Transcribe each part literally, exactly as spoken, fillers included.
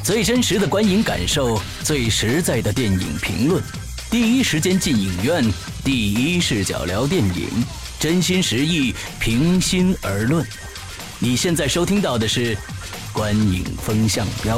最真实的观影感受，最实在的电影评论，第一时间进影院，第一视角聊电影，真心实意，平心而论。你现在收听到的是观影风向标。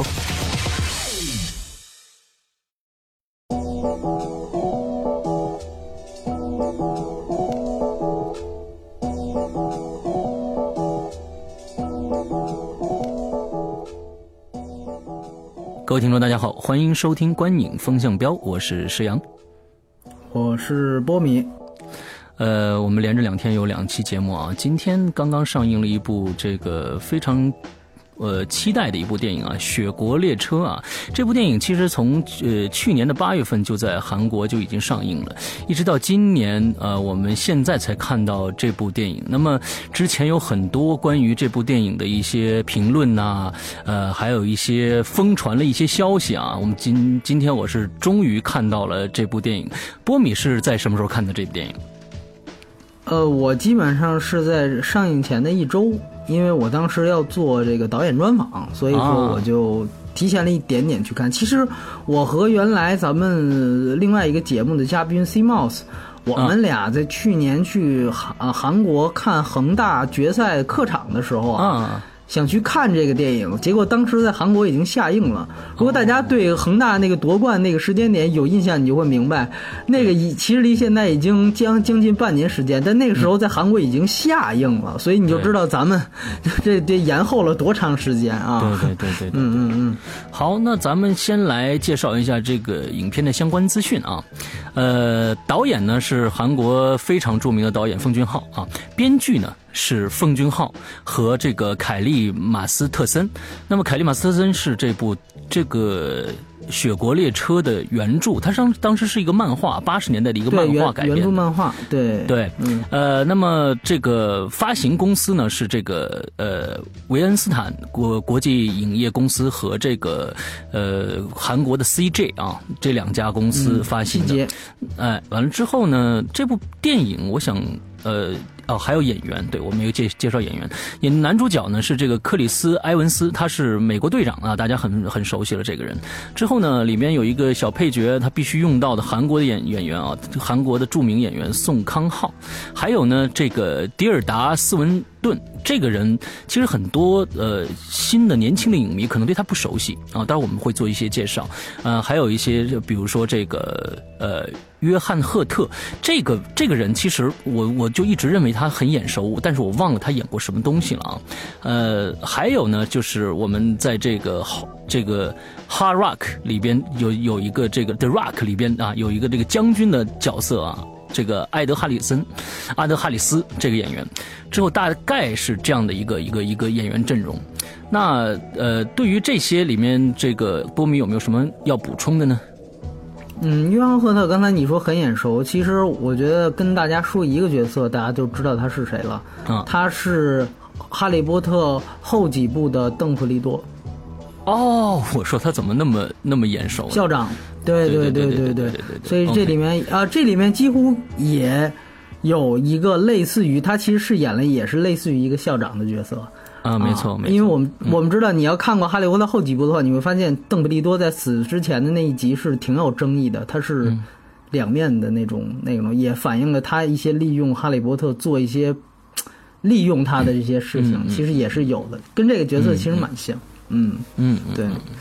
各位听众大家好，欢迎收听观影风向标，我是石阳， 我是波米。 呃，我们连着两天有两期节目啊，今天刚刚上映了一部这个非常呃期待的一部电影啊，《雪国列车》啊。这部电影其实从呃去年的八月份就在韩国就已经上映了，一直到今年呃我们现在才看到这部电影。那么之前有很多关于这部电影的一些评论呐、啊，呃还有一些疯传了一些消息啊。我们今今天我是终于看到了这部电影。波米是在什么时候看的这部电影？ 呃，我基本上是在上映前的一周，因为我当时要做这个导演专访，所以说我就提前了一点点去看。啊、其实我和原来咱们另外一个节目的嘉宾 C Mouse， 我们俩在去年去韩、呃、韩国看恒大决赛客场的时候啊。啊想去看这个电影，结果当时在韩国已经下映了。如果大家对恒大那个夺冠那个时间点有印象，你就会明白，那个其实离现在已经将将近半年时间，但那个时候在韩国已经下映了，所以你就知道咱们这这延后了多长时间啊！ 对对对对对， 嗯嗯嗯。 好，那咱们先来介绍一下这个影片的相关资讯啊。呃，导演呢是韩国非常著名的导演奉俊昊啊，编剧呢是奉俊昊和这个凯利马斯特森。那么凯利马斯特森是这部这个雪国列车的原著，它当当时是一个漫画，八十年代的一个漫画改编的原著漫画，对对，嗯，呃，那么这个发行公司呢是这个呃维恩斯坦国国际影业公司和这个呃韩国的 C J 啊这两家公司发行的，嗯、哎，完了之后呢，这部电影我想呃。哦，还有演员，对，我们有介介绍演员。演男主角呢是这个克里斯·埃文斯，他是美国队长啊，大家很很熟悉了这个人。之后呢，里面有一个小配角，他必须用到的韩国的演演员啊，韩国的著名演员宋康昊。还有呢，这个迪尔达·斯文顿这个人，其实很多呃新的年轻的影迷可能对他不熟悉啊，当然我们会做一些介绍。呃，还有一些比如说这个呃约翰·赫特这个这个人，其实我我就一直认为他很眼熟，但是我忘了他演过什么东西了啊。呃，还有呢，就是我们在这个这个 Hard Rock 里边有有一个这个 The Rock 里边啊有一个这个将军的角色啊。这个艾德哈里森，阿德哈里斯这个演员，之后大概是这样的一个一个一个演员阵容。那呃，对于这些里面，这个波米有没有什么要补充的呢？ 嗯，约翰赫特刚才你说很眼熟，其实我觉得跟大家说一个角色，大家就知道他是谁了。啊，他是哈利波特后几部的邓布利多。 哦，我说他怎么那么那么眼熟？ 校长。对对对对对，所以这里面啊，这里面几乎也有一个类似于他其实是演了也是类似于一个校长的角色啊，没错，没错。 因为我们我们知道，你要看过《哈利波特》后几部的话，你会发现邓布利多在死之前的那一集是挺有争议的，他是两面的那种那种，也反映了他一些利用哈利波特做一些利用他的这些事情，其实也是有的，跟这个角色其实蛮像。嗯嗯，对。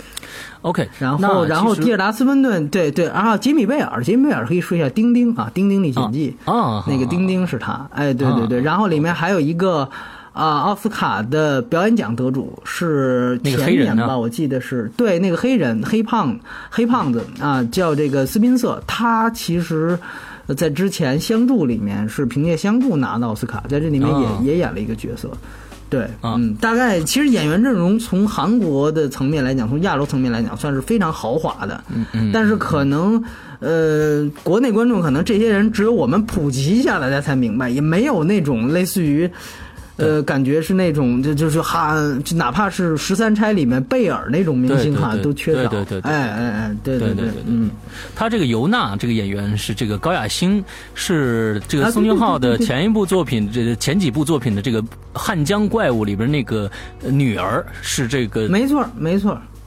OK， 然后然后蒂尔达斯温顿，对对，然后杰米贝尔，杰米贝尔可以说一下丁丁啊，丁丁历险记啊， 那个丁丁是他，哎，对对对，然后里面还有一个啊奥斯卡的表演奖得主是前年吧，我记得是对那个黑人黑胖黑胖子啊，叫这个斯宾瑟，他其实在之前香柱里面是凭借香柱拿到奥斯卡，在这里面也、啊、也演了一个角色。对，嗯，大概其实演员阵容从韩国的层面来讲，从亚洲层面来讲，算是非常豪华的。嗯嗯。但是可能，呃，国内观众可能这些人只有我们普及下来，大家才明白，也没有那种类似于，呃，感觉是那种就就是哈，就哪怕是十三钗里面贝尔那种明星哈，都缺少。 对对对， 哎哎哎，对对对，嗯。 他这个尤娜这个演员是这个高雅欣，是这个宋俊昊的前一部作品，这前几部作品的这个汉江怪物里边那个女儿，是这个。 没错没错。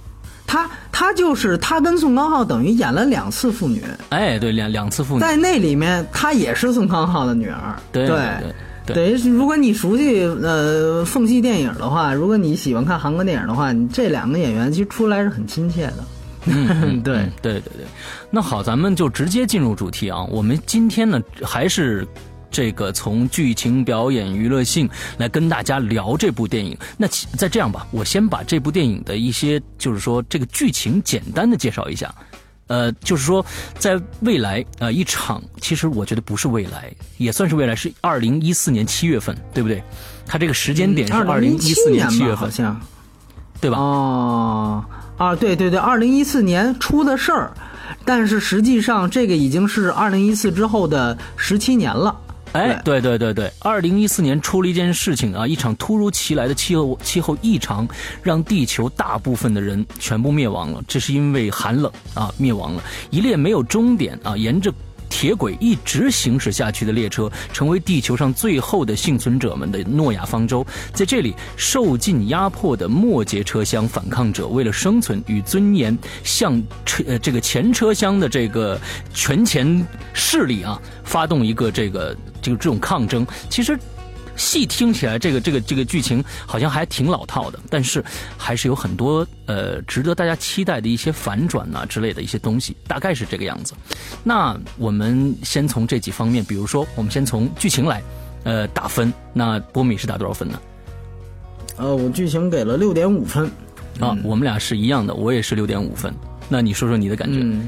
他他就是他跟宋康昊等于演了两次父女。 哎，对，两两次父女， 在那里面他也是宋康昊的女儿。 对对对。 等于是，如果你熟悉呃缝隙电影的话，如果你喜欢看韩国电影的话，你这两个演员其实出来是很亲切的。 嗯， 对对对对。那好，咱们就直接进入主题啊。我们今天呢，还是这个从剧情、表演、娱乐性来跟大家聊这部电影。那再这样吧，我先把这部电影的一些，就是说这个剧情简单的介绍一下。呃，就是说，在未来，呃，一场其实我觉得不是未来，也算是未来，是二零一四年七月份，对不对？它这个时间点是二零一四年七月份，好像， 对吧？ 哦，啊，对对对，二零一四年出的事儿，但是实际上这个已经是二零一四之后的十七年了。 哎，对对对对，二零一四年出了一件事情啊，一场突如其来的气候气候异常，让地球大部分的人全部灭亡了。这是因为寒冷啊灭亡了。一列没有终点啊，沿着铁轨一直行驶下去的列车，成为地球上最后的幸存者们的诺亚方舟。在这里，受尽压迫的末节车厢反抗者为了生存与尊严，向车呃这个前车厢的这个权钱势力啊，发动一个这个这个这种抗争。其实细听起来，这个这个这个剧情好像还挺老套的，但是还是有很多呃值得大家期待的一些反转呐、啊、之类的一些东西，大概是这个样子。那我们先从这几方面，比如说我们先从剧情来呃打分。那波米是打多少分呢？ 呃，我剧情给了六点五分。 啊、嗯，我们俩是一样的，我也是六点五分。那你说说你的感觉？ 嗯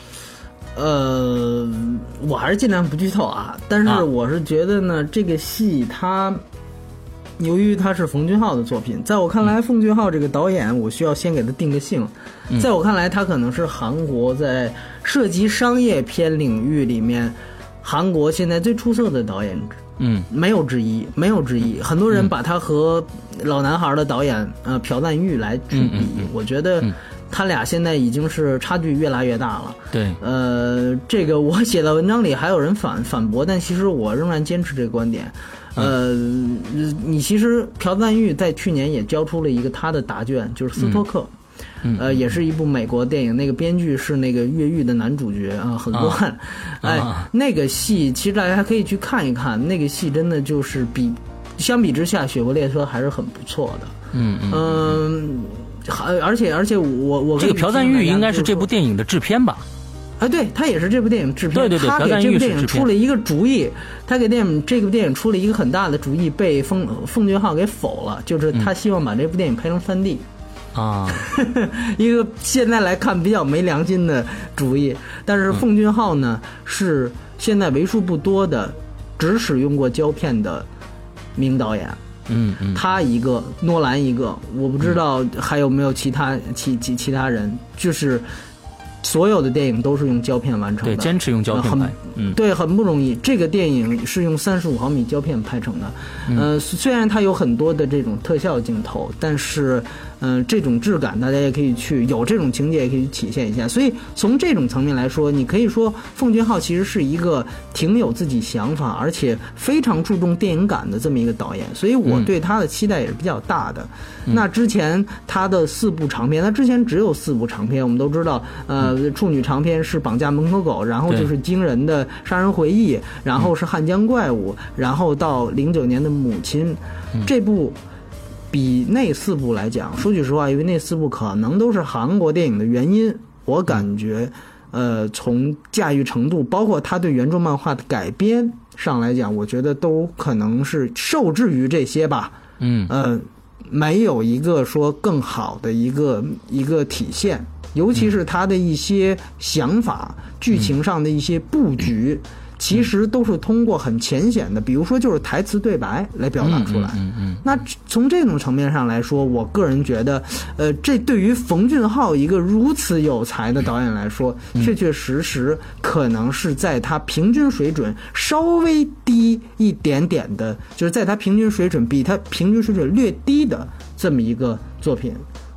呃，我还是尽量不剧透啊，但是我是觉得呢，啊、这个戏它由于它是奉俊昊的作品，在我看来，奉俊昊这个导演，我需要先给他定个性。嗯、在我看来，他可能是韩国在涉及商业片领域里面，韩国现在最出色的导演。 嗯， 没有之一，没有之一。很多人把他和老男孩的导演呃朴赞郁来举比， 嗯嗯嗯、 我觉得。嗯他俩现在已经是差距越来越大了。 对， 呃，这个我写的文章里还有人反反驳，但其实我仍然坚持这个观点。呃，嗯、你其实朴赞郁在去年也交出了一个他的答卷，就是斯托克。 嗯、 呃，也是一部美国电影，那个编剧是那个越狱的男主角啊，很乱。啊、哎，啊、那个戏其实大家还可以去看一看，那个戏真的就是比相比之下，《雪国列车》还是很不错的。 嗯嗯。 嗯而且而且我我这个朴赞郁应该是这部电影的制片吧？ 啊，对，他也是这部电影制片。 对对对， 他给这部电影出了一个主意，他给电影这部电影出了一个很大的主意，被奉奉俊昊给否了，就是他希望把这部电影拍成三 D。 啊， 一个现在来看比较没良心的主意，但是奉俊昊呢、嗯、是现在为数不多的只使用过胶片的名导演。 嗯嗯， 他一个，诺兰一个，我不知道还有没有其他、嗯、其其其他人，就是所有的电影都是用胶片完成的， 对，坚持用胶片拍，嗯， 对，很不容易。这个电影是用三十五毫米胶片拍成的，嗯、呃，虽然它有很多的这种特效镜头，但是，嗯、呃，这种质感大家也可以去有这种情节也可以去体现一下。所以从这种层面来说，你可以说奉俊昊其实是一个挺有自己想法，而且非常注重电影感的这么一个导演，所以我对他的期待也是比较大的。嗯、那之前他的四部长片，他之前只有四部长片，我们都知道，呃。处女长篇是绑架门口狗，然后就是惊人的杀人回忆，然后是汉江怪物，然后到零九年的母亲。嗯、这部比那四部来讲，说句实话，因为那四部可能都是韩国电影的原因，我感觉呃从驾驭程度，包括他对原著漫画的改编上来讲，我觉得都可能是受制于这些吧。 嗯呃没有一个说更好的一个一个体现。尤其是他的一些想法、嗯、剧情上的一些布局、嗯、其实都是通过很浅显的，比如说就是台词对白来表达出来。 嗯嗯嗯嗯、 那从这种层面上来说，我个人觉得，呃，这对于奉俊昊一个如此有才的导演来说，嗯、确确实实可能是在他平均水准稍微低一点点的，就是在他平均水准比他平均水准略低的这么一个作品。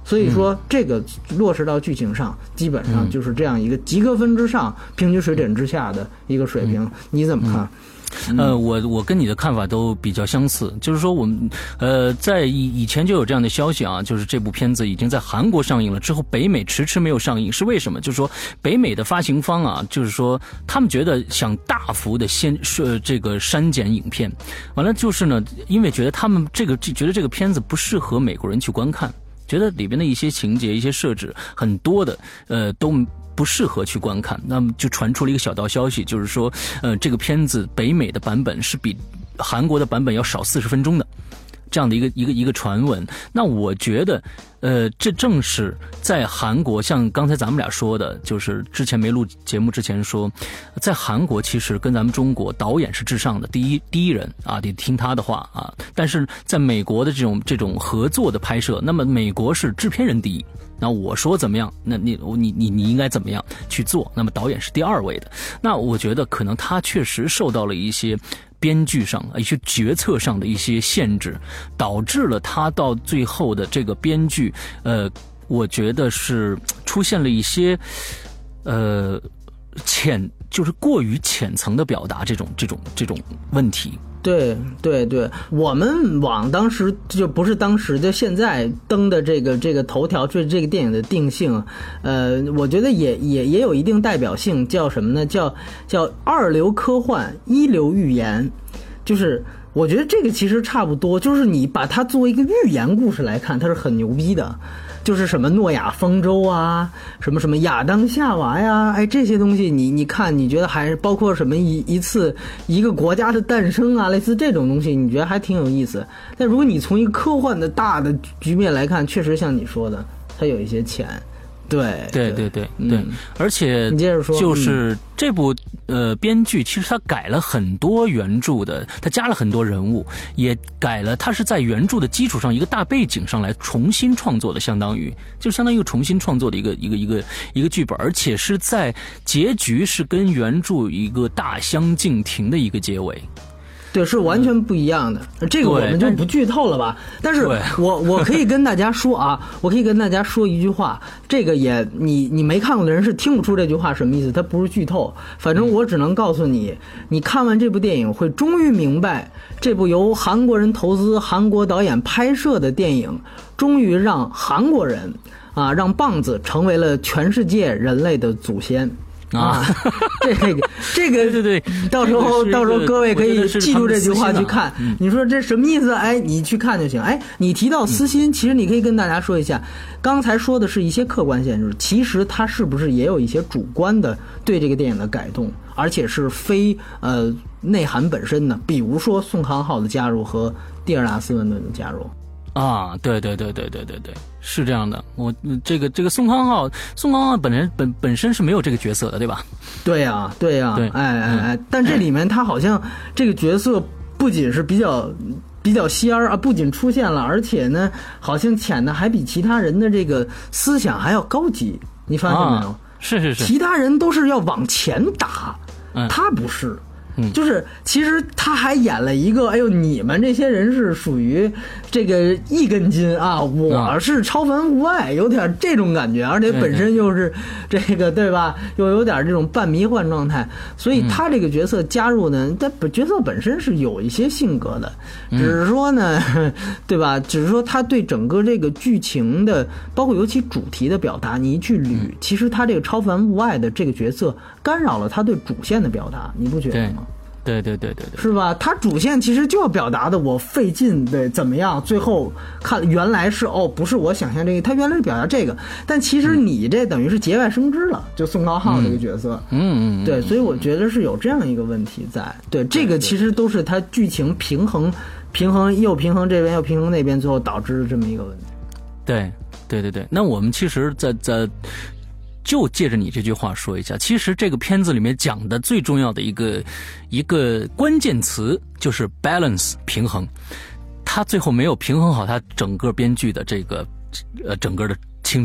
所以说这个落实到剧情上，基本上就是这样一个及格分之上、平均水准之下的一个水平。你怎么看？ 呃，我我跟你的看法都比较相似，就是说我们呃在以以前就有这样的消息啊，就是这部片子已经在韩国上映了，之后北美迟迟没有上映，是为什么？就是说北美的发行方啊，就是说他们觉得想大幅的先是这个删减影片，完了就是呢，因为觉得他们这个觉得这个片子不适合美国人去观看，觉得里边的一些情节、一些设置很多的呃都不适合去观看，那么就传出了一个小道消息，就是说，呃，这个片子北美的版本是比韩国的版本要少四十分钟的，这样的一个一个一个传闻。那我觉得，呃，这正是在韩国，像刚才咱们俩说的，就是之前没录节目之前说，在韩国其实跟咱们中国导演是至上的，第一第一人啊，得听他的话啊。但是在美国的这种这种合作的拍摄，那么美国是制片人第一。那我说怎么样，那你你你你应该怎么样去做？那么导演是第二位的。那我觉得可能他确实受到了一些编剧上、一些决策上的一些限制，导致了他到最后的这个编剧，呃，我觉得是出现了一些，呃，浅就是过于浅层的表达这种这种这种问题。 对对对，我们网当时就不是当时就现在登的这个这个头条，对这个电影的定性，呃，我觉得也也也有一定代表性，叫什么呢？叫叫二流科幻，一流寓言，就是我觉得这个其实差不多，就是你把它作为一个寓言故事来看，它是很牛逼的。就是什么诺亚方舟啊，什么什么亚当夏娃呀，哎，这些东西你你看，你觉得还是包括什么一一次一个国家的诞生啊，类似这种东西，你觉得还挺有意思。但如果你从一个科幻的大的局面来看，确实像你说的，它有一些浅。对对对对对、嗯，而且你接着说， 就是这部呃编剧其实他改了很多原著的，他加了很多人物，也改了，他是在原著的基础上一个大背景上来重新创作的，相当于就相当于一个重新创作的一个一个一个一个剧本，而且是在结局是跟原著一个大相径庭的一个结尾。 对，是完全不一样的。这个我们就不剧透了吧？但是我我可以跟大家说啊，我可以跟大家说一句话，这个也你你没看过的人是听不出这句话什么意思，它不是剧透。反正我只能告诉你，你看完这部电影会终于明白，这部由韩国人投资、韩国导演拍摄的电影，终于让韩国人啊，让棒子成为了全世界人类的祖先。啊，这个这个对对对， 到时候到时候各位可以记住这句话去看。你说这什么意思？哎，你去看就行。哎，你提到私心，其实你可以跟大家说一下，刚才说的是一些客观限制，其实它是不是也有一些主观的对这个电影的改动，而且是非呃内涵本身的，比如说宋康昊的加入和蒂尔纳斯文顿的加入。 啊，对对对对对对对，是这样的。我这个这个宋康昊，宋康昊本人本本身是没有这个角色的，对吧？ 对呀、啊，对呀、啊， 对， 哎哎哎，但这里面他好像这个角色不仅是比较比较仙儿啊，不仅出现了，而且呢，好像潜的还比其他人的这个思想还要高级。你发现没有？啊、 是是是， 其他人都是要往前打，嗯、他不是。就是其实他还演了一个，哎呦，你们这些人是属于这个一根筋啊，我是超凡无碍，有点这种感觉，而且本身又是这个对吧，又有点这种半迷幻状态，所以他这个角色加入呢，但角色本身是有一些性格的，只是说呢，对吧？只是说他对整个这个剧情的，包括尤其主题的表达，你一去捋，其实他这个超凡无碍的这个角色干扰了他对主线的表达，你不觉得吗？ 对对对对对， 是吧？他主线其实就要表达的，我费劲对怎么样，最后看原来是哦，不是我想象这个，他原来是表达这个，但其实你这等于是节外生枝了，就宋康昊这个角色， 嗯嗯， 对，所以我觉得是有这样一个问题在，对，这个其实都是他剧情平衡，平衡又平衡这边又平衡那边，最后导致的这么一个问题。 对对对对，那我们其实在在。就借着你这句话说一下，其实这个片子里面讲的最重要的一个一个关键词就是 balance 平衡，他最后没有平衡好他整个编剧的这个呃整个的轻重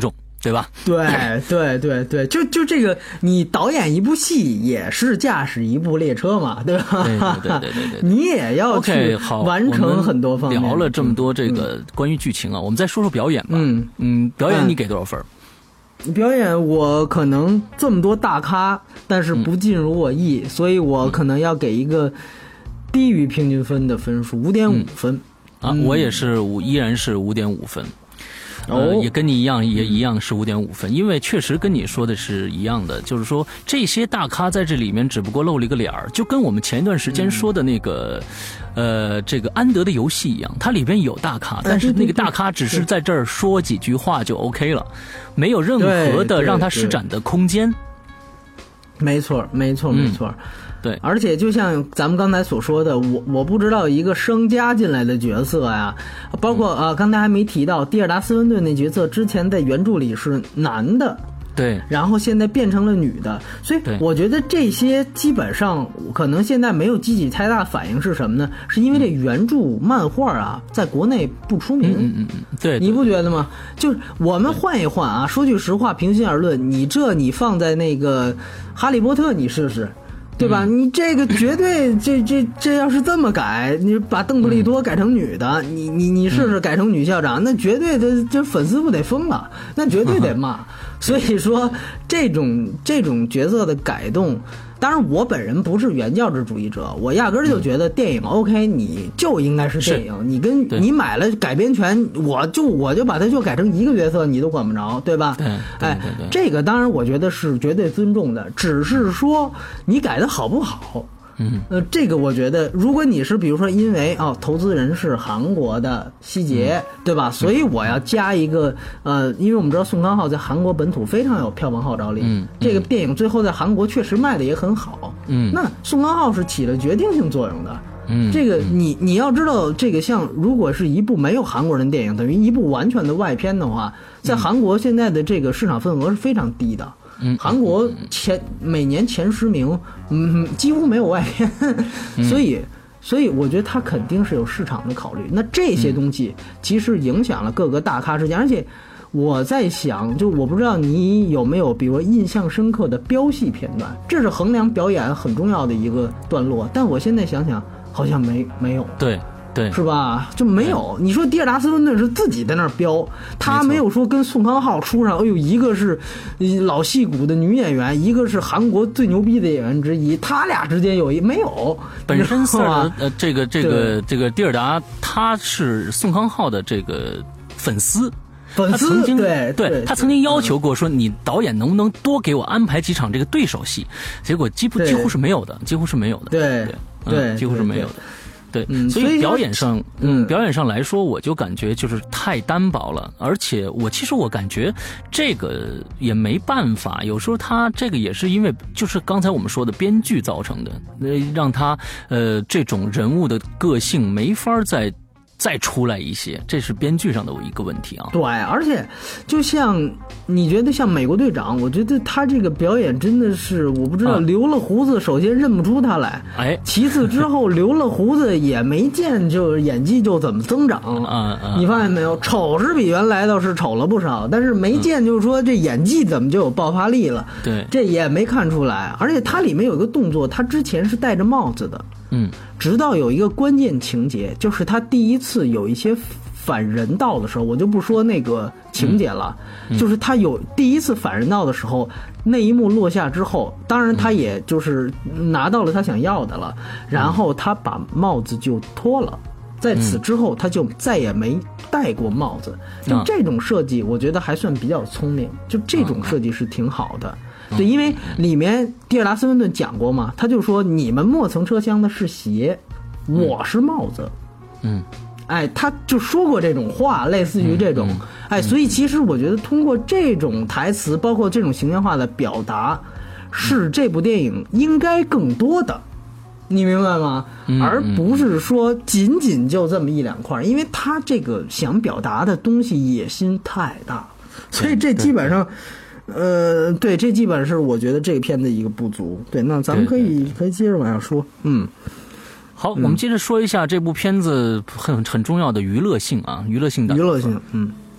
对吧？ 对对对对，就就这个，你导演一部戏也是驾驶一部列车嘛，对吧？ 对对对对对， 你也要去完成很多方面。 聊了这么多这个关于剧情啊，嗯、我们再说说表演吧。嗯嗯，表演你给多少分？ 嗯、表演我可能这么多大咖，但是不尽如我意，嗯、所以我可能要给一个低于平均分的分数，五点五分。 嗯、啊，我也是五，依然是五点五分。呃，也跟你一样，也一样是五点五分，因为确实跟你说的是一样的，就是说这些大咖在这里面只不过露了一个脸儿，就跟我们前一段时间说的那个，嗯、呃，这个安德的游戏一样，它里边有大咖，但是那个大咖只是在这儿说几句话就 OK 了，没有任何的让他施展的空间。 没错，没错，没错。嗯对， 而且就像咱们刚才所说的，我我不知道一个生加进来的角色呀，包括啊、呃，刚才还没提到蒂尔达斯温顿那角色，之前在原著里是男的， 对， 然后现在变成了女的，所以我觉得这些基本上可能现在没有激起太大反应是什么呢？是因为这原著漫画啊，在国内不出名， 嗯嗯嗯，对， 你不觉得吗？就是我们换一换啊，说句实话，平心而论，你这你放在那个哈利波特，你试试。对吧？你这个绝对，这这这要是这么改，你把邓布利多改成女的，嗯、你你你试试改成女校长，那绝对的，这粉丝不得疯了？那绝对得骂。所以说，这种这种角色的改动，当然我本人不是原教旨主义者，我压根儿就觉得电影 OK， 你就应该是电影，你跟你买了改编权，我就我就把它就改成一个角色，你都管不着，对吧？ 对， 哎，这个当然我觉得是绝对尊重的，只是说你改的好不好。 嗯， 呃，这个我觉得，如果你是比如说因为哦，投资人是韩国的希捷，嗯、对吧？所以我要加一个呃，因为我们知道宋康昊在韩国本土非常有票房号召力， 嗯， 这个电影最后在韩国确实卖的也很好， 嗯， 那宋康昊是起了决定性作用的， 嗯， 这个你你要知道，这个像如果是一部没有韩国人电影，等于一部完全的外片的话，在韩国现在的这个市场份额是非常低的。 嗯， 韩国前每年前十名，嗯，几乎没有外片，所以，所以我觉得它肯定是有市场的考虑。那这些东西其实影响了各个大咖之间，而且我在想，就我不知道你有没有，比如印象深刻的飙戏片段，这是衡量表演很重要的一个段落。但我现在想想，好像没没有。 对。对， 是吧？就没有。你说蒂尔达斯温顿是自己在那儿飙，他没有说跟宋康昊出上，哎呦，一个是老戏骨的女演员，一个是韩国最牛逼的演员之一，他俩之间有一没有？ 本身是呃，这个这个这个蒂尔达，他是宋康昊的这个粉丝。 粉丝他曾经对对，他曾经要求过说，你导演能不能多给我安排几场这个对手戏？结果几乎几乎是没有的，几乎是没有的。 对对，嗯、几乎是没有的。对， 嗯， 所以表演上，嗯，表演上来说，我就感觉就是太单薄了，而且我其实我感觉这个也没办法，有时候他这个也是因为就是刚才我们说的编剧造成的，呃，让他呃这种人物的个性没法再再出来一些，这是编剧上的一个问题啊。 对，而且就像你觉得像美国队长，我觉得他这个表演真的是，我不知道、啊、留了胡子，首先认不出他来， 哎， 其次之后留了胡子也没见就演技就怎么增长了， 啊啊， 你发现没有？丑是比原来倒是丑了不少，但是没见就是说这演技怎么就有爆发力了？ 对， 这也没看出来。而且他里面有一个动作，他之前是戴着帽子的。 嗯， 直到有一个关键情节，就是他第一次有一些反人道的时候，我就不说那个情节了，嗯嗯、就是他有第一次反人道的时候，那一幕落下之后，当然他也就是拿到了他想要的了，嗯、然后他把帽子就脱了，在此之后他就再也没戴过帽子。嗯、就这种设计，我觉得还算比较聪明，就这种设计是挺好的。对，因为里面蒂尔达斯温顿讲过嘛，他就说你们末层车厢的是鞋，我是帽子。 嗯， 哎，他就说过这种话，类似于这种， 嗯嗯、 哎，所以其实我觉得通过这种台词，包括这种形象化的表达，是这部电影应该更多的，你明白吗？ 嗯、 而不是说仅仅就这么一两块，因为他这个想表达的东西野心太大，所以这基本上。呃，对，这基本是我觉得这个片子一个不足。对，那咱们可以对对对可以接着往下说。嗯， 好，我们接着说一下这部片子很很重要的娱乐性啊，娱乐性的。 娱乐性，嗯，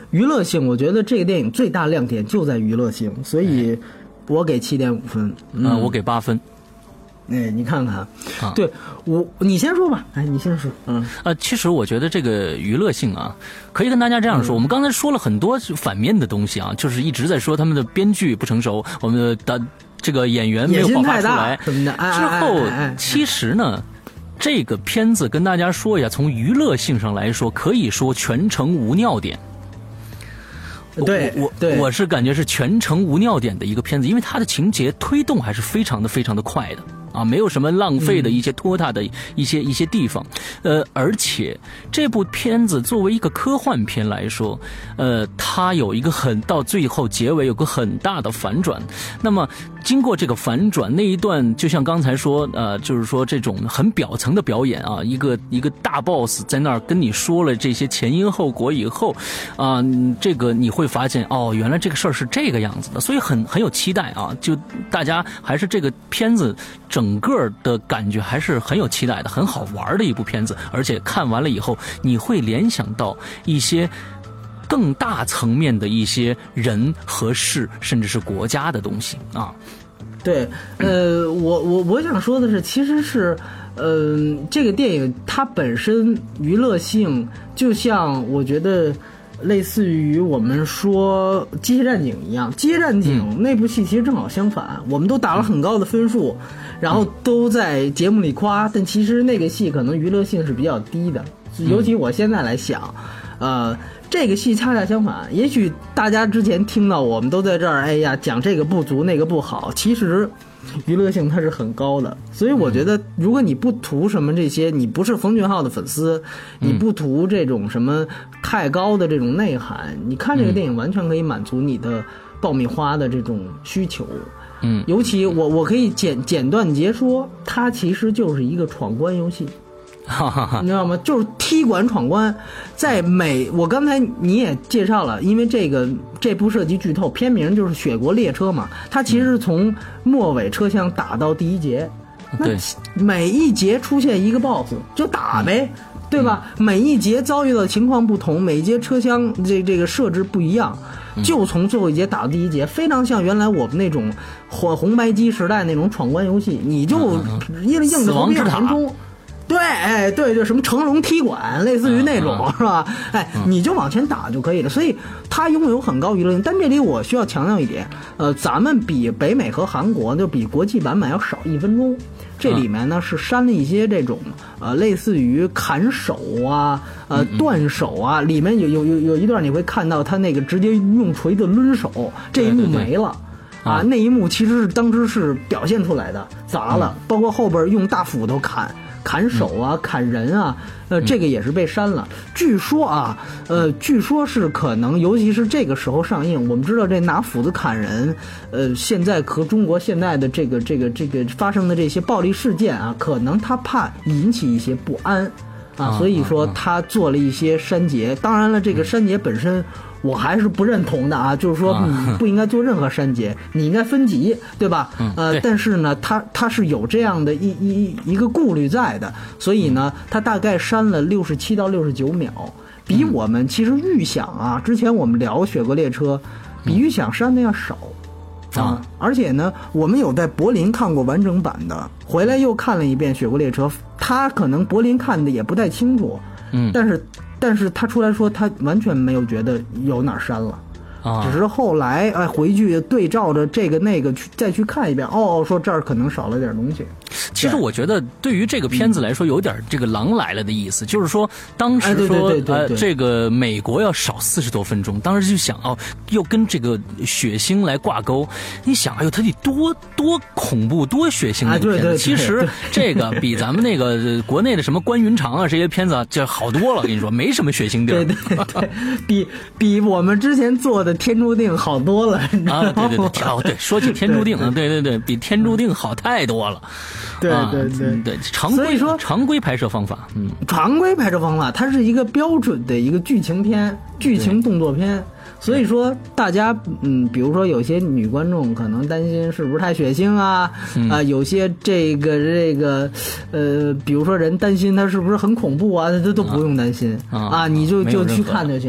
娱乐性，我觉得这个电影最大亮点就在娱乐性，所以我给七点五分。 嗯、呃，我给八分。 哎，你看看，啊、对我，你先说吧。哎，你先说。嗯， 呃，其实我觉得这个娱乐性啊，可以跟大家这样说。嗯、我们刚才说了很多反面的东西啊，就是一直在说他们的编剧不成熟，我们的这个演员没有爆发出来什么的。哎、 之后， 哎哎哎其实呢，这个片子跟大家说一下，从娱乐性上来说，可以说全程无尿点。 对， 我对我是感觉是全程无尿点的一个片子，因为它的情节推动还是非常的非常的快的。啊，没有什么浪费的一些拖沓的一些、嗯、一些地方，呃，而且这部片子作为一个科幻片来说，呃，它有一个很到最后结尾有个很大的反转。那么经过这个反转那一段，就像刚才说，呃，就是说这种很表层的表演啊，一个一个大 boss 在那儿跟你说了这些前因后果以后，啊、呃，这个你会发现哦，原来这个事儿是这个样子的，所以很很有期待啊。就大家还是这个片子。整个的感觉还是很有期待的，很好玩的一部片子，而且看完了以后，你会联想到一些更大层面的一些人和事，甚至是国家的东西啊。 对，呃，我我我想说的是，其实是，呃，这个电影它本身娱乐性，就像我觉得。类似于我们说《机械战警》一样，《机械战警》那部戏其实正好相反，嗯、我们都打了很高的分数，嗯、然后都在节目里夸，但其实那个戏可能娱乐性是比较低的。尤其我现在来想，呃，这个戏恰恰相反。也许大家之前听到我们都在这儿，哎呀，讲这个不足那个不好，其实。娱乐性它是很高的，所以我觉得如果你不图什么这些，你不是冯俊浩的粉丝，你不图这种什么太高的这种内涵，你看这个电影完全可以满足你的爆米花的这种需求。 嗯， 尤其我我可以简简短截说，它其实就是一个闯关游戏。你知道吗？就是踢馆闯关，在每我刚才你也介绍了，因为这个这部涉及剧透，片名就是《雪国列车》嘛，它其实是从末尾车厢打到第一节，那每一节出现一个 boss 就打呗，嗯、对吧？每一节遭遇的情况不同，每一节车厢这这个设置不一样，就从最后一节打到第一节，非常像原来我们那种红红白机时代那种闯关游戏，你就硬硬着头皮往前冲。对，哎，对，就什么成龙踢馆，类似于那种，嗯、是吧？哎，嗯、你就往前打就可以了。所以它拥有很高娱乐性。但这里我需要强调一点，呃，咱们比北美和韩国就比国际版本要少一分钟。这里面呢是删了一些这种呃类似于砍手啊、呃断手啊，里面有有有有一段你会看到他那个直接用锤子抡手，这一幕没了。对对对啊，那一幕其实是当时是表现出来的，砸了，嗯、包括后边用大斧头砍。砍手啊，砍人啊，呃，这个也是被删了。据说啊，呃，据说是可能，尤其是这个时候上映，我们知道这拿斧子砍人，呃，现在和中国现在的这个这个这个发生的这些暴力事件啊，可能他怕引起一些不安啊，所以说他做了一些删节。当然了，这个删节本身。我还是不认同的啊，就是说你不应该做任何删节，你应该分级，对吧？呃，但是呢，它它是有这样的一一一个顾虑在的，所以呢，它大概删了六十七到六十九秒，比我们其实预想啊，之前我们聊《雪国列车》，比预想删的要少啊。而且呢，我们有在柏林看过完整版的，回来又看了一遍《雪国列车》，他可能柏林看的也不太清楚，嗯，但是。但是他出来说，他完全没有觉得有哪儿删了，啊，只是后来哎回去对照着这个那个去再去看一遍，哦，说这儿可能少了点东西。 其实我觉得对于这个片子来说，有点这个狼来了的意思，就是说当时说呃这个美国要少四十多分钟，当时就想哦，又跟这个血腥来挂钩，你想哎呦，它得多多恐怖多血腥的片子。 啊、对对对其实这个比咱们那个国内的什么关云长啊这些片子啊就好多了，我跟你说没什么血腥地儿。 对对对，比比我们之前做的《天注定》好多了。 啊，对对对，哦对，说起《天注定》啊，对对对，比《天注定》好太多了。 对对对、 啊、对，常规说常规拍摄方法，嗯， 常规拍摄方法，它是一个标准的一个剧情片、剧情动作片。所以说，大家嗯，比如说有些女观众可能担心是不是太血腥啊，嗯、啊，有些这个这个呃，比如说人担心它是不是很恐怖啊，这都不用担心 啊, 啊，你就就去看就行了。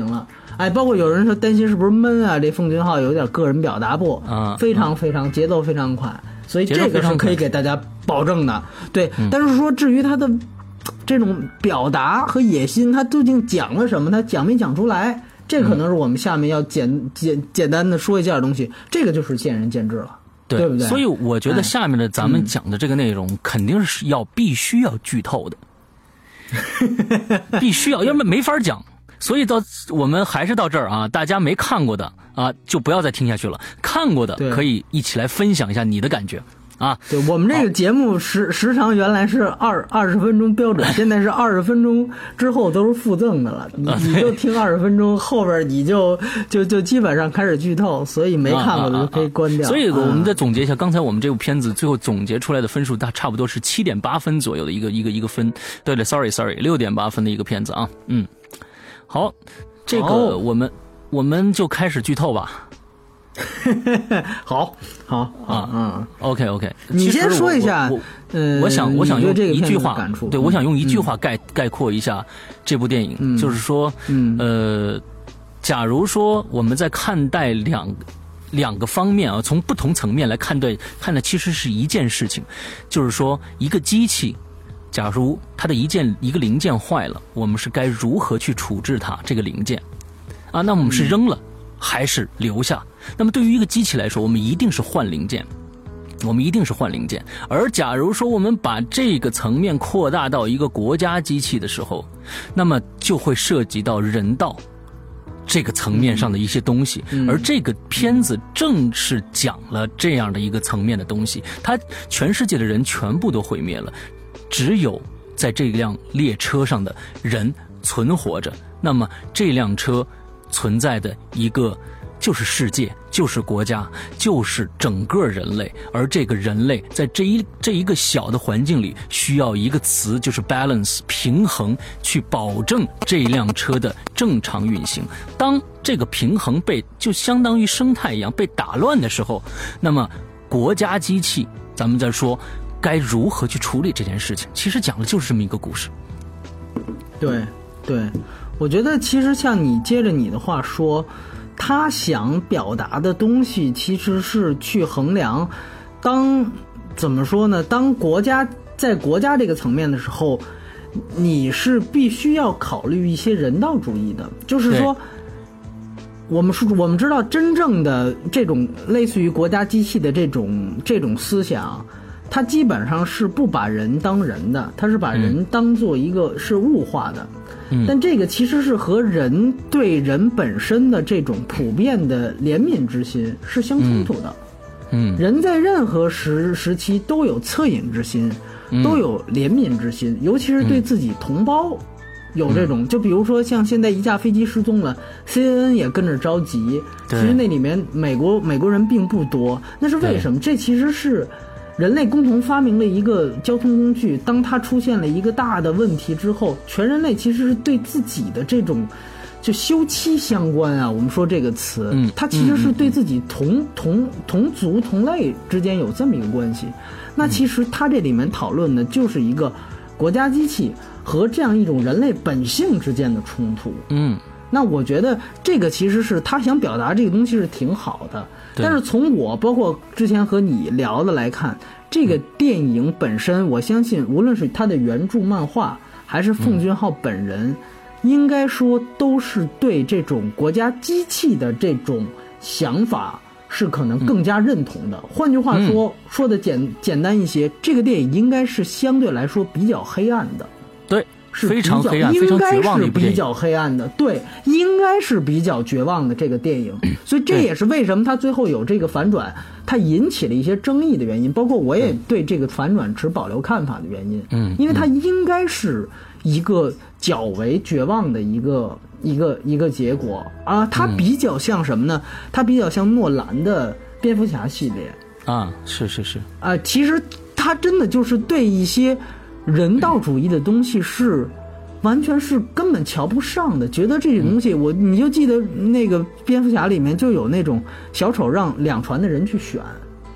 哎，包括有人说担心是不是闷啊？这奉俊昊有点个人表达不啊， 非常非常节奏非常快，所以这个是可以给大家保证的。对，嗯、但是说至于他的这种表达和野心，他究竟讲了什么？他讲没讲出来？这可能是我们下面要简简简单的说一下的东西。这个就是见仁见智了。 对， 对不对？ 所以我觉得下面的咱们讲的这个内容肯定是要必须要剧透的，必须要，要不然没法讲。所以到我们还是到这儿啊，大家没看过的啊，就不要再听下去了。看过的可以一起来分享一下你的感觉啊。 对，我们这个节目时时长原来是二二十分钟标准，现在是二十分钟之后都是附赠的了。你你就听二十分钟，后边你就就就基本上开始剧透，所以没看过的就可以关掉。 所以我们再总结一下，刚才我们这部片子最后总结出来的分数，大差不多是七点八分左右的一个一个一个分。对对 ，sorry sorry， 六点八分的一个片子啊，嗯。好，这个我们、oh. 我们就开始剧透吧。 好，好啊，嗯 ，OK OK， 你先说一下， 我呃， 我想我想用一句话，对， 嗯、 我想用一句话概、嗯、概括一下这部电影， 嗯、 就是说， 嗯， 呃，假如说我们在看待两两个方面啊，从不同层面来看待，看的其实是一件事情，就是说一个机器。假如它的一件一个零件坏了，我们是该如何去处置它这个零件啊？那我们是扔了、嗯、还是留下？那么对于一个机器来说，我们一定是换零件，我们一定是换零件。而假如说我们把这个层面扩大到一个国家机器的时候，那么就会涉及到人道这个层面上的一些东西、 嗯、 而这个片子正是讲了这样的一个层面的东西。它全世界的人全部都毁灭了，只有在这辆列车上的人存活着，那么这辆车存在的一个就是世界，就是国家，就是整个人类。而这个人类在这一这一个小的环境里，需要一个词，就是 balance， 平衡，去保证这辆车的正常运行。当这个平衡被就相当于生态一样被打乱的时候，那么国家机器，咱们再说该如何去处理这件事情，其实讲的就是这么一个故事。 对对，我觉得其实像你接着你的话说，他想表达的东西其实是去衡量，当怎么说呢？当国家在国家这个层面的时候，你是必须要考虑一些人道主义的，就是说。我们说，我们知道，真正的这种类似于国家机器的这种这种思想，它基本上是不把人当人的，它是把人当做一个是物化的。嗯，但这个其实是和人对人本身的这种普遍的怜悯之心是相冲突的。 嗯， 人在任何时时期都有恻隐之心，都有怜悯之心，尤其是对自己同胞。有这种，就比如说像现在一架飞机失踪了 ，C N N 也跟着着急。其实那里面美国美国人并不多，那是为什么？这其实是人类共同发明了一个交通工具，当它出现了一个大的问题之后，全人类其实是对自己的这种就休戚相关啊。我们说这个词， 嗯， 它其实是对自己同同同族同类之间有这么一个关系。那其实它这里面讨论的就是一个国家机器和这样一种人类本性之间的冲突。 嗯， 那我觉得这个其实是他想表达这个东西是挺好的，但是从我包括之前和你聊的来看，这个电影本身，我相信无论是他的原著漫画还是奉俊昊本人、嗯、应该说都是对这种国家机器的这种想法是可能更加认同的。换、嗯、句话说、嗯、说的简简单一些，这个电影应该是相对来说比较黑暗的。 对， 是非常黑暗，非常绝望的一部电影， 应该是比较黑暗的，对，应该是比较绝望的这个电影，所以这也是为什么它最后有这个反转，它引起了一些争议的原因，包括我也对这个反转持保留看法的原因， 嗯， 因为它应该是一个较为绝望的一个一个一个结果啊，它比较像什么呢？它比较像诺兰的蝙蝠侠系列啊，是是是啊，其实它真的就是对一些人道主义的东西是完全是根本瞧不上的，觉得这种东西我你就记得那个蝙蝠侠里面就有那种小丑让两船的人去选，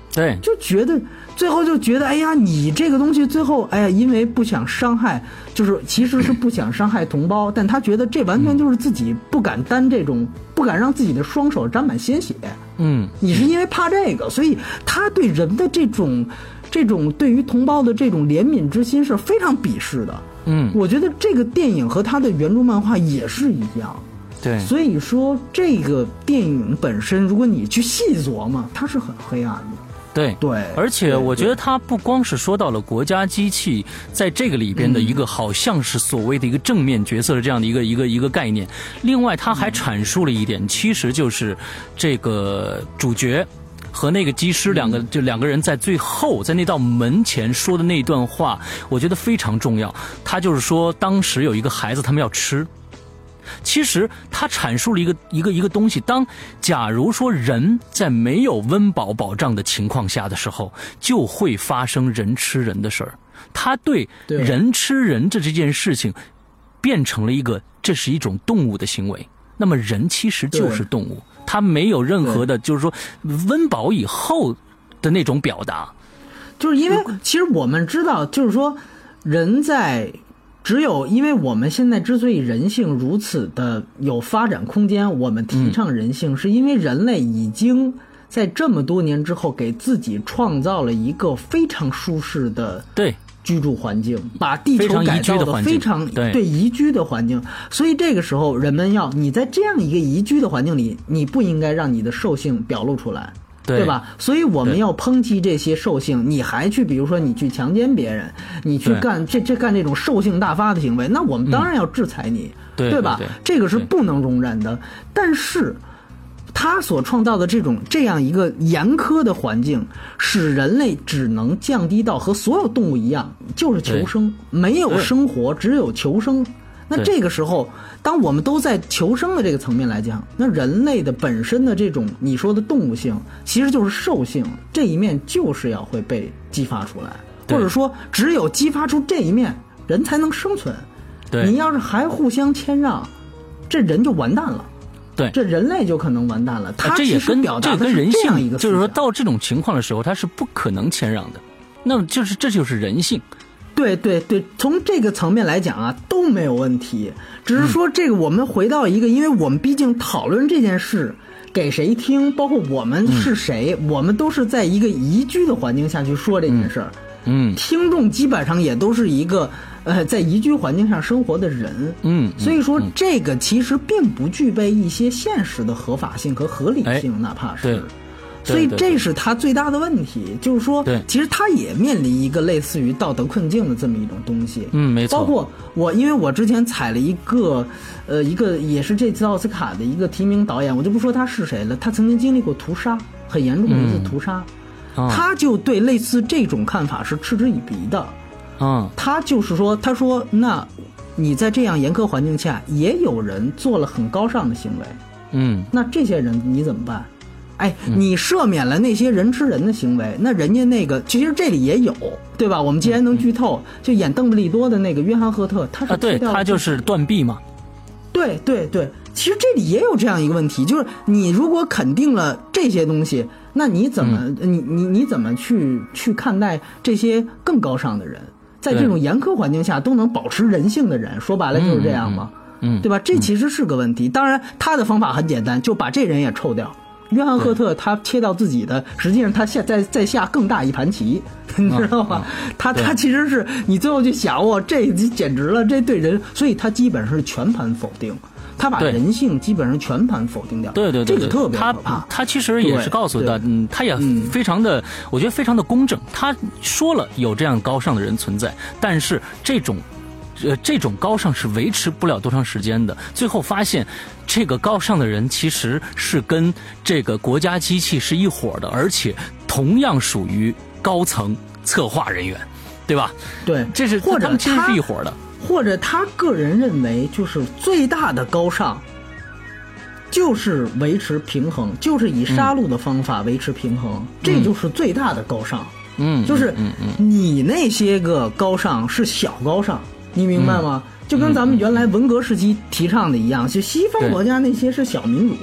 对， 就觉得最后就觉得，哎呀，你这个东西最后，哎呀，因为不想伤害，就是其实是不想伤害同胞，但他觉得这完全就是自己不敢担这种，不敢让自己的双手沾满鲜血。 嗯， 你是因为怕这个，所以他对人的这种。这种对于同胞的这种怜悯之心是非常鄙视的。 嗯， 我觉得这个电影和他的原著漫画也是一样。 对， 所以说这个电影本身，如果你去细琢磨，它是很黑暗的。 对对， 而且我觉得他不光是说到了国家机器在这个里边的一个好像是所谓的一个正面角色的这样的一个一个一个概念，另外他还阐述了一点，其实就是这个主角和那个机师两个就两个人在最后在那道门前说的那段话，我觉得非常重要。他就是说，当时有一个孩子他们要吃，其实他阐述了一个一个一个东西。当假如说人在没有温饱保障的情况下的时候，就会发生人吃人的事儿。他对人吃人这这件事情变成了一个，这是一种动物的行为。那么人其实就是动物。他没有任何的，就是说温饱以后的那种表达， 就是因为其实我们知道，就是说人在只有因为我们现在之所以人性如此的有发展空间，我们提倡人性，是因为人类已经在这么多年之后给自己创造了一个非常舒适的对居住环境，把地球改造的非常对宜居的环境，所以这个时候人们要你在这样一个宜居的环境里，你不应该让你的兽性表露出来， 对, 对吧？所以我们要抨击这些兽性，你还去比如说你去强奸别人，你去干这这干这种兽性大发的行为，那我们当然要制裁你，嗯、对吧？ 对对对这个是不能容忍的。但是他所创造的这种这样一个严苛的环境，使人类只能降低到和所有动物一样，就是求生，没有生活，只有求生。那这个时候，当我们都在求生的这个层面来讲，那人类的本身的这种你说的动物性，其实就是兽性这一面，就是要会被激发出来，或者说只有激发出这一面，人才能生存。 对， 你要是还互相谦让，这人就完蛋了。 对， 这人类就可能完蛋了。他其实表达的是这样一个， 就是说到这种情况的时候，他是不可能谦让的。那么就是这就是人性。 对对对，从这个层面来讲啊，都没有问题。只是说这个，我们回到一个，因为我们毕竟讨论这件事给谁听，包括我们是谁，嗯、我们都是在一个宜居的环境下去说这件事儿。 嗯， 听众基本上也都是一个呃在宜居环境上生活的人。 嗯， 所以说这个其实并不具备一些现实的合法性和合理性，哎、哪怕是。 对。 所以这是他最大的问题，就是说，其实他也面临一个类似于道德困境的这么一种东西。 嗯，没错。 包括我，因为我之前采了一个，呃，一个也是这次奥斯卡的一个提名导演，我就不说他是谁了，他曾经经历过屠杀，很严重的一次屠杀， 嗯、 他就对类似这种看法是嗤之以鼻的。 嗯， 他就是说，他说，那你在这样严苛环境下，也有人做了很高尚的行为。 嗯， 那这些人你怎么办？哎，你赦免了那些人吃人的行为，嗯、那人家那个其实这里也有，对吧？我们既然能剧透，就演邓布利多的那个约翰赫特，他是啊，对，他就是断臂嘛。 对对对，其实这里也有这样一个问题，就是你如果肯定了这些东西，那你怎么、嗯、你你你怎么去去看待这些更高尚的人，在这种严苛环境下都能保持人性的人？说白了就是这样嘛， 嗯， 对吧？这其实是个问题。当然，他的方法很简单，就把这人也抽掉。约翰赫特他切到自己的，实际上他下在在下更大一盘棋，你知道吗？嗯嗯、他他其实是你最后就想，哇，这简直了，这对人，所以他基本上是全盘否定，他把人性基本上全盘否定掉。 对对 对, 对， 这个特别可怕。 他他其实也是告诉的，嗯，他也非常的，我觉得非常的公正。他说了有这样高尚的人存在，但是这种。呃，这种高尚是维持不了多长时间的。最后发现，这个高尚的人其实是跟这个国家机器是一伙的，而且同样属于高层策划人员，对吧？ 对， 这是或者他们其实是一伙的。 或者他个人认为，就是最大的高尚，就是维持平衡，就是以杀戮的方法维持平衡，嗯、这就是最大的高尚。 嗯， 就是嗯嗯你那些个高尚是小高尚。你明白吗？ 嗯、 就跟咱们原来文革时期提倡的一样，就西方国家那些是小民主，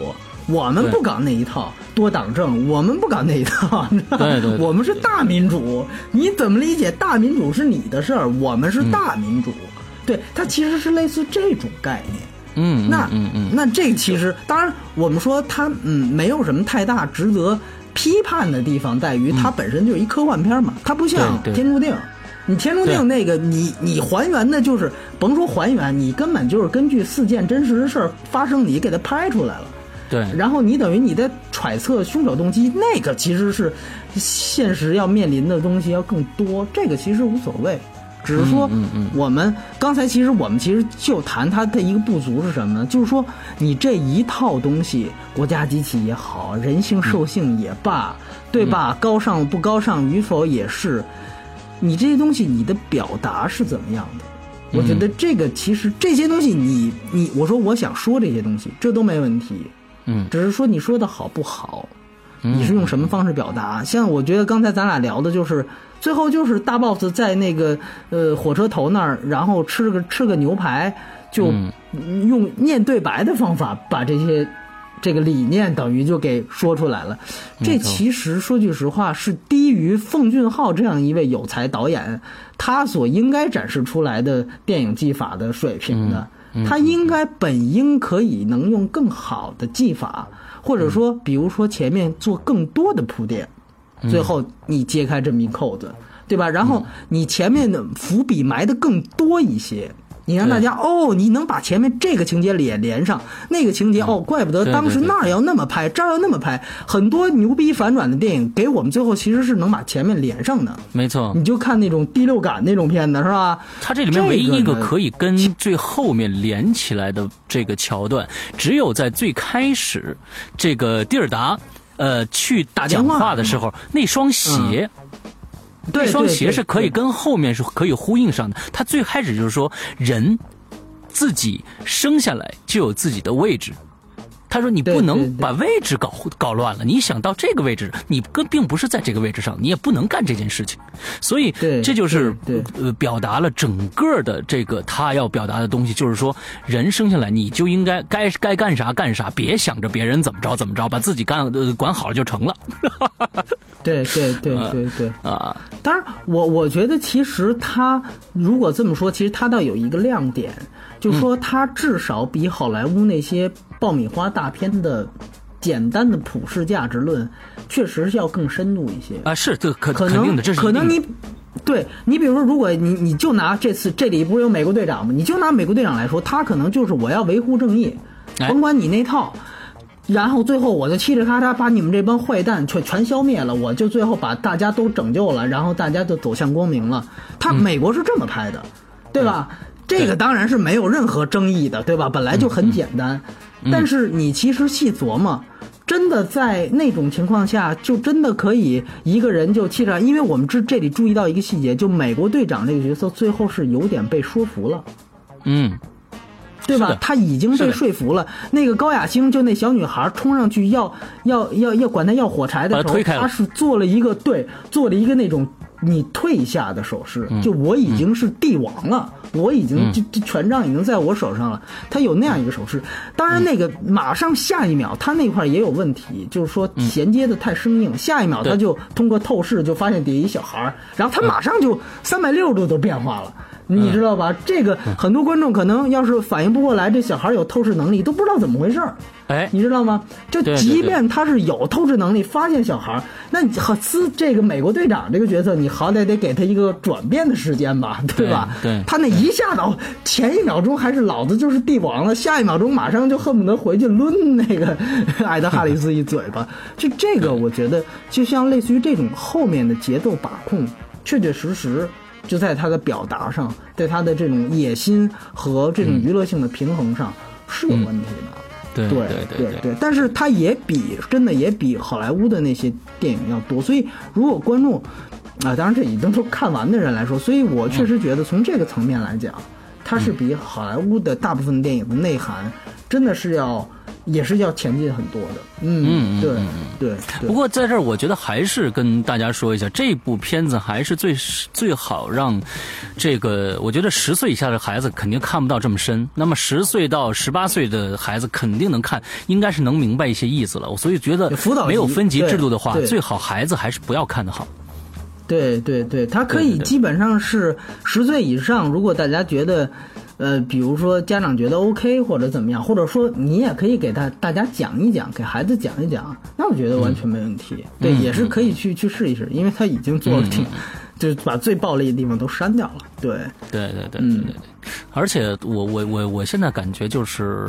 我们不搞那一套多党政，我们不搞那一套，你知道吗？ 对对对， 我们是大民主，你怎么理解大民主是你的事儿，我们是大民主，嗯、对，它其实是类似这种概念。 嗯， 那嗯嗯， 那这其实当然我们说它嗯没有什么太大值得批判的地方，在于它本身就是一科幻片嘛，它不像天注定。你天注定那个你你还原的就是甭说还原，你根本就是根据事件真实的事儿发生，你给它拍出来了。 对， 然后你等于你在揣测凶手动机，那个其实是现实要面临的东西要更多，这个其实无所谓。只是说，我们刚才其实我们其实就谈它的一个不足是什么呢？就是说，你这一套东西，国家机器也好，人性兽性也罢，对吧？高尚不高尚与否也是。你这些东西，你的表达是怎么样的？我觉得这个其实这些东西你，你你我说我想说这些东西，这都没问题， 嗯， 只是说你说的好不好，你是用什么方式表达？像我觉得刚才咱俩聊的就是，最后就是大 boss 在那个呃火车头那儿，然后吃个吃个牛排，就用念对白的方法把这些。这个理念等于就给说出来了，这其实说句实话是低于奉俊昊这样一位有才导演他所应该展示出来的电影技法的水平的，他应该本应可以能用更好的技法，或者说比如说前面做更多的铺垫，最后你揭开这么一扣子，对吧？然后你前面的伏笔埋得更多一些，你让大家哦，你能把前面这个情节连连上，那个情节哦，怪不得当时那儿要那么拍，这儿要那么拍，很多牛逼反转的电影给我们最后其实是能把前面连上的。 没错， 你就看那种第六感那种片子是吧？ 它这里面唯一一个可以跟最后面连起来的这个桥段，只有在最开始这个蒂尔达呃去打讲话的时候，那双鞋。嗯这双鞋是可以跟后面是可以呼应上的。他最开始就是说，人自己生下来就有自己的位置。他说你不能把位置搞搞乱了，你想到这个位置，你跟并不是在这个位置上，你也不能干这件事情。所以这就是呃表达了整个的这个他要表达的东西，就是说人生下来你就应该该该干啥干啥，别想着别人怎么着怎么着，把自己干呃管好了就成了。 对对对对对啊！当然，我我觉得其实他如果这么说，其实他倒有一个亮点，就是说他至少比好莱坞那些爆米花大片的简单的普世价值论，确实是要更深入一些啊。是，这可可能这是可能你对你比如说，如果你你就拿这次这里不是有美国队长吗？你就拿美国队长来说，他可能就是我要维护正义，甭管你那套。然后最后我就嘁哩咔嚓把你们这帮坏蛋全全消灭了，我就最后把大家都拯救了，然后大家就走向光明了。他美国是这么拍的，嗯、对吧？这个当然是没有任何争议的，对吧？本来就很简单，嗯、但是你其实细琢磨，真的在那种情况下，就真的可以一个人就嘁哩，因为我们这这里注意到一个细节，就美国队长这个角色最后是有点被说服了， 嗯。 对吧？他已经被说服了。那个高雅星就那小女孩冲上去要要要要管他要火柴的时候，他是做了一个对，做了一个那种你退下的手势， 嗯、 就我已经是帝王了，嗯、我已经这这权杖已经在我手上了。他有那样一个手势。当然，那个马上下一秒他那块也有问题，就是说衔接的太生硬。嗯、下一秒他就通过透视就发现底下一小孩，然后他马上就三百六十度都变化了。你知道吧？嗯、这个很多观众可能要是反应不过来，这小孩有透视能力，都不知道怎么回事儿。 哎， 你知道吗？就即便他是有透视能力，发现小孩，那好斯这个美国队长这个角色，你好歹得给他一个转变的时间吧，对吧？ 对，对他那一下子前一秒钟还是老子就是帝王了，下一秒钟马上就恨不得回去抡那个艾德哈里斯一嘴巴。就这个，我觉得就像类似于这种后面的节奏把控，确确实实。就在他的表达上，在他的这种野心和这种娱乐性的平衡上、嗯、是有问题的。 对对对对对, 对但是他也比真的也比好莱坞的那些电影要多。所以如果观众啊，当然这已经都看完的人来说，所以我确实觉得从这个层面来讲，它是比好莱坞的大部分电影的内涵真的是要也是要前进很多的。嗯，对对。 不过在这儿，我觉得还是跟大家说一下，这部片子还是最最好让这个，我觉得十岁以下的孩子肯定看不到这么深，那么十岁到十八岁的孩子肯定能看，应该是能明白一些意思了。所以觉得没有分级制度的话，最好孩子还是不要看的好。 对对对，他可以基本上是十岁以上，如果大家觉得。呃，比如说家长觉得 OK 或者怎么样，或者说你也可以给他大家讲一讲，给孩子讲一讲，那我觉得完全没问题。嗯、对，也是可以去去试一试，因为他已经做了挺，嗯、就是把最暴力的地方都删掉了。对， 对对对对对对。嗯、而且我我我我现在感觉就是，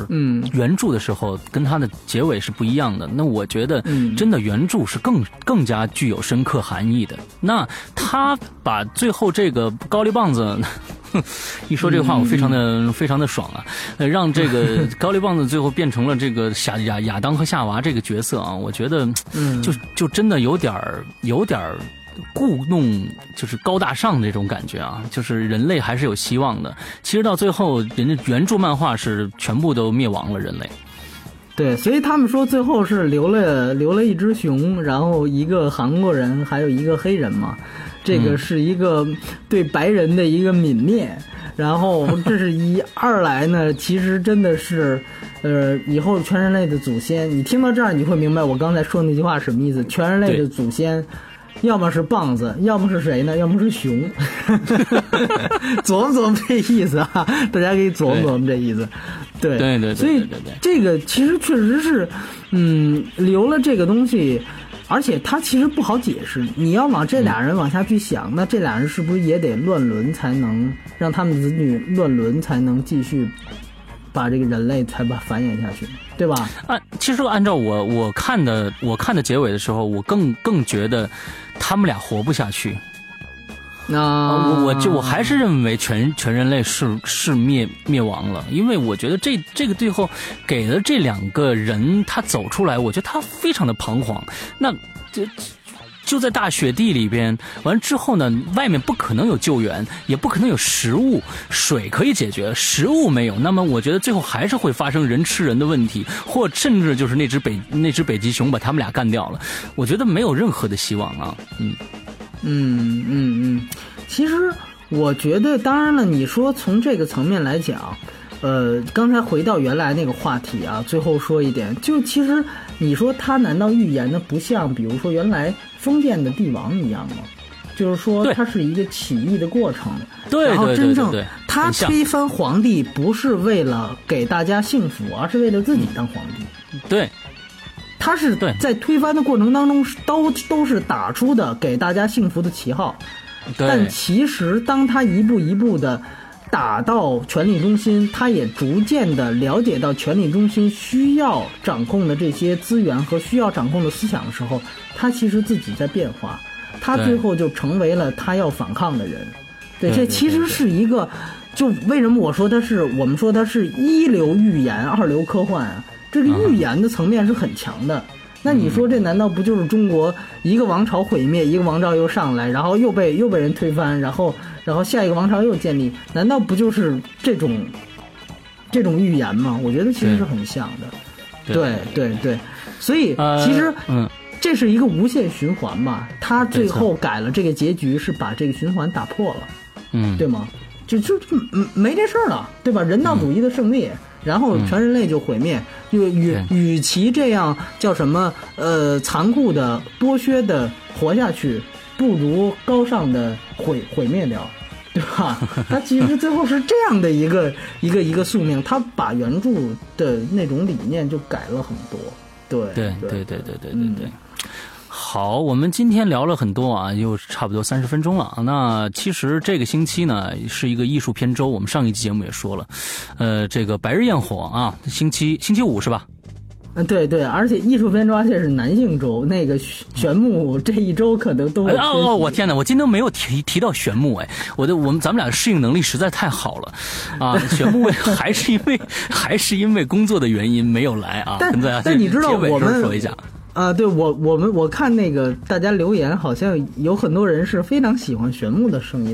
嗯，原著的时候跟它的结尾是不一样的。那我觉得，真的原著是更更加具有深刻含义的。那他把最后这个高丽棒子。一说这个话，我非常的、嗯、非常的爽啊！呃，让这个高丽棒子最后变成了这个亚亚亚当和夏娃这个角色啊，我觉得，嗯，就就真的有点有点故弄，就是高大上的这种感觉啊，就是人类还是有希望的。其实到最后，人家原著漫画是全部都灭亡了人类。 对，所以他们说最后是留了留了一只熊，然后一个韩国人，还有一个黑人嘛。这个是一个对白人的一个泯灭，然后这是一二来呢，其实真的是，呃，以后全人类的祖先，你听到这儿你会明白我刚才说的那句话什么意思。全人类的祖先，要么是棒子，要么是谁呢？要么是熊。琢磨琢磨这意思啊，大家可以琢磨琢磨这意思。对对对， 所以这个其实确实是，嗯，留了这个东西。而且他其实不好解释，你要往这俩人往下去想，嗯、那这俩人是不是也得乱伦才能让他们子女乱伦才能继续把这个人类才把繁衍下去，对吧？ 按其实按照我我看的我看的结尾的时候，我更更觉得他们俩活不下去。 那、 呃、我我就我还是认为全全人类是是灭灭亡了，因为我觉得这这个最后给了这两个人他走出来，我觉得他非常的彷徨。那就就在大雪地里边，完之后呢，外面不可能有救援，也不可能有食物，水可以解决，食物没有，那么我觉得最后还是会发生人吃人的问题，或甚至就是那只北那只北极熊把他们俩干掉了。我觉得没有任何的希望啊，嗯。 嗯嗯嗯，其实我觉得，当然了，你说从这个层面来讲，呃，刚才回到原来那个话题啊，最后说一点，就其实你说他难道预言的不像，比如说原来封建的帝王一样吗？就是说它是一个起义的过程， 对， 然后真正他推翻皇帝不是为了给大家幸福，而是为了自己当皇帝。 对。 他是在推翻的过程当中都都是打出的给大家幸福的旗号，但其实当他一步一步的打到权力中心，他也逐渐的了解到权力中心需要掌控的这些资源和需要掌控的思想的时候，他其实自己在变化，他最后就成为了他要反抗的人。对，这其实是一个，就为什么我说他是我们说他是一流预言二流科幻啊，这个预言的层面是很强的。那你说这难道不就是中国一个王朝毁灭，一个王朝又上来，然后又被又被人推翻，然后然后下一个王朝又建立，难道不就是这种这种预言吗？我觉得其实是很像的。对对 对, 对，所以其实嗯，这是一个无限循环嘛。他最后改了这个结局，是把这个循环打破了，嗯，对吗？就就没这事儿了，对吧？人道主义的胜利。嗯，然后全人类就毁灭，就与与其这样叫什么呃残酷的剥削的活下去，不如高尚的毁毁灭掉，对吧？他其实最后是这样的一个一个一个宿命，他把原著的那种理念就改了很多。对对对对对对对对对。好，我们今天聊了很多啊，又差不多三十分钟了。那其实这个星期呢是一个艺术片周，我们上一期节目也说了，呃，这个白日焰火啊，星期星期五是吧？ 嗯，对对，而且艺术片周而且是男性周，那个玄木这一周可能都会。 哦哦，我天哪，我今天没有提提到玄木哎，我的我们咱们俩的适应能力实在太好了啊！玄木还是因为还是因为工作的原因没有来啊， 但跟大家但你知道我们说一下。 啊，对我我们我看那个大家留言，好像有很多人是非常喜欢玄木的声音的。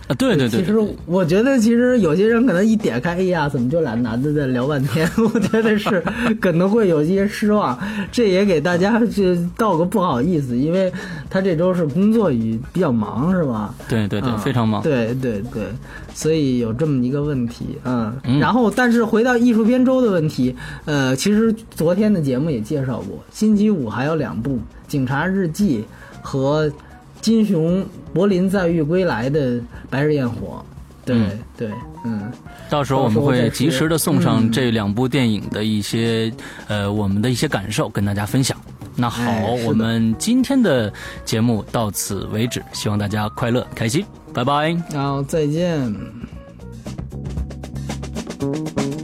啊，对对对。 其实我觉得，其实有些人可能一点开，哎呀，怎么就俩男的在聊半天？我觉得是可能会有一些失望，这也给大家就道个不好意思，因为他这周是工作与比较忙，是吧？ 对对对， 嗯、 非常忙。 对对对，所以有这么一个问题，嗯。嗯然后，但是回到艺术片周的问题，呃，其实昨天的节目也介绍过，星期五还有两部《警察日记》和金熊柏林载誉归来的《白日焰火》。对、嗯、对，嗯， 到时候我们会及时的送上这两部电影的一些、嗯、呃我们的一些感受跟大家分享。那好、哎，我们今天的节目到此为止，希望大家快乐开心，拜拜。 好，再见。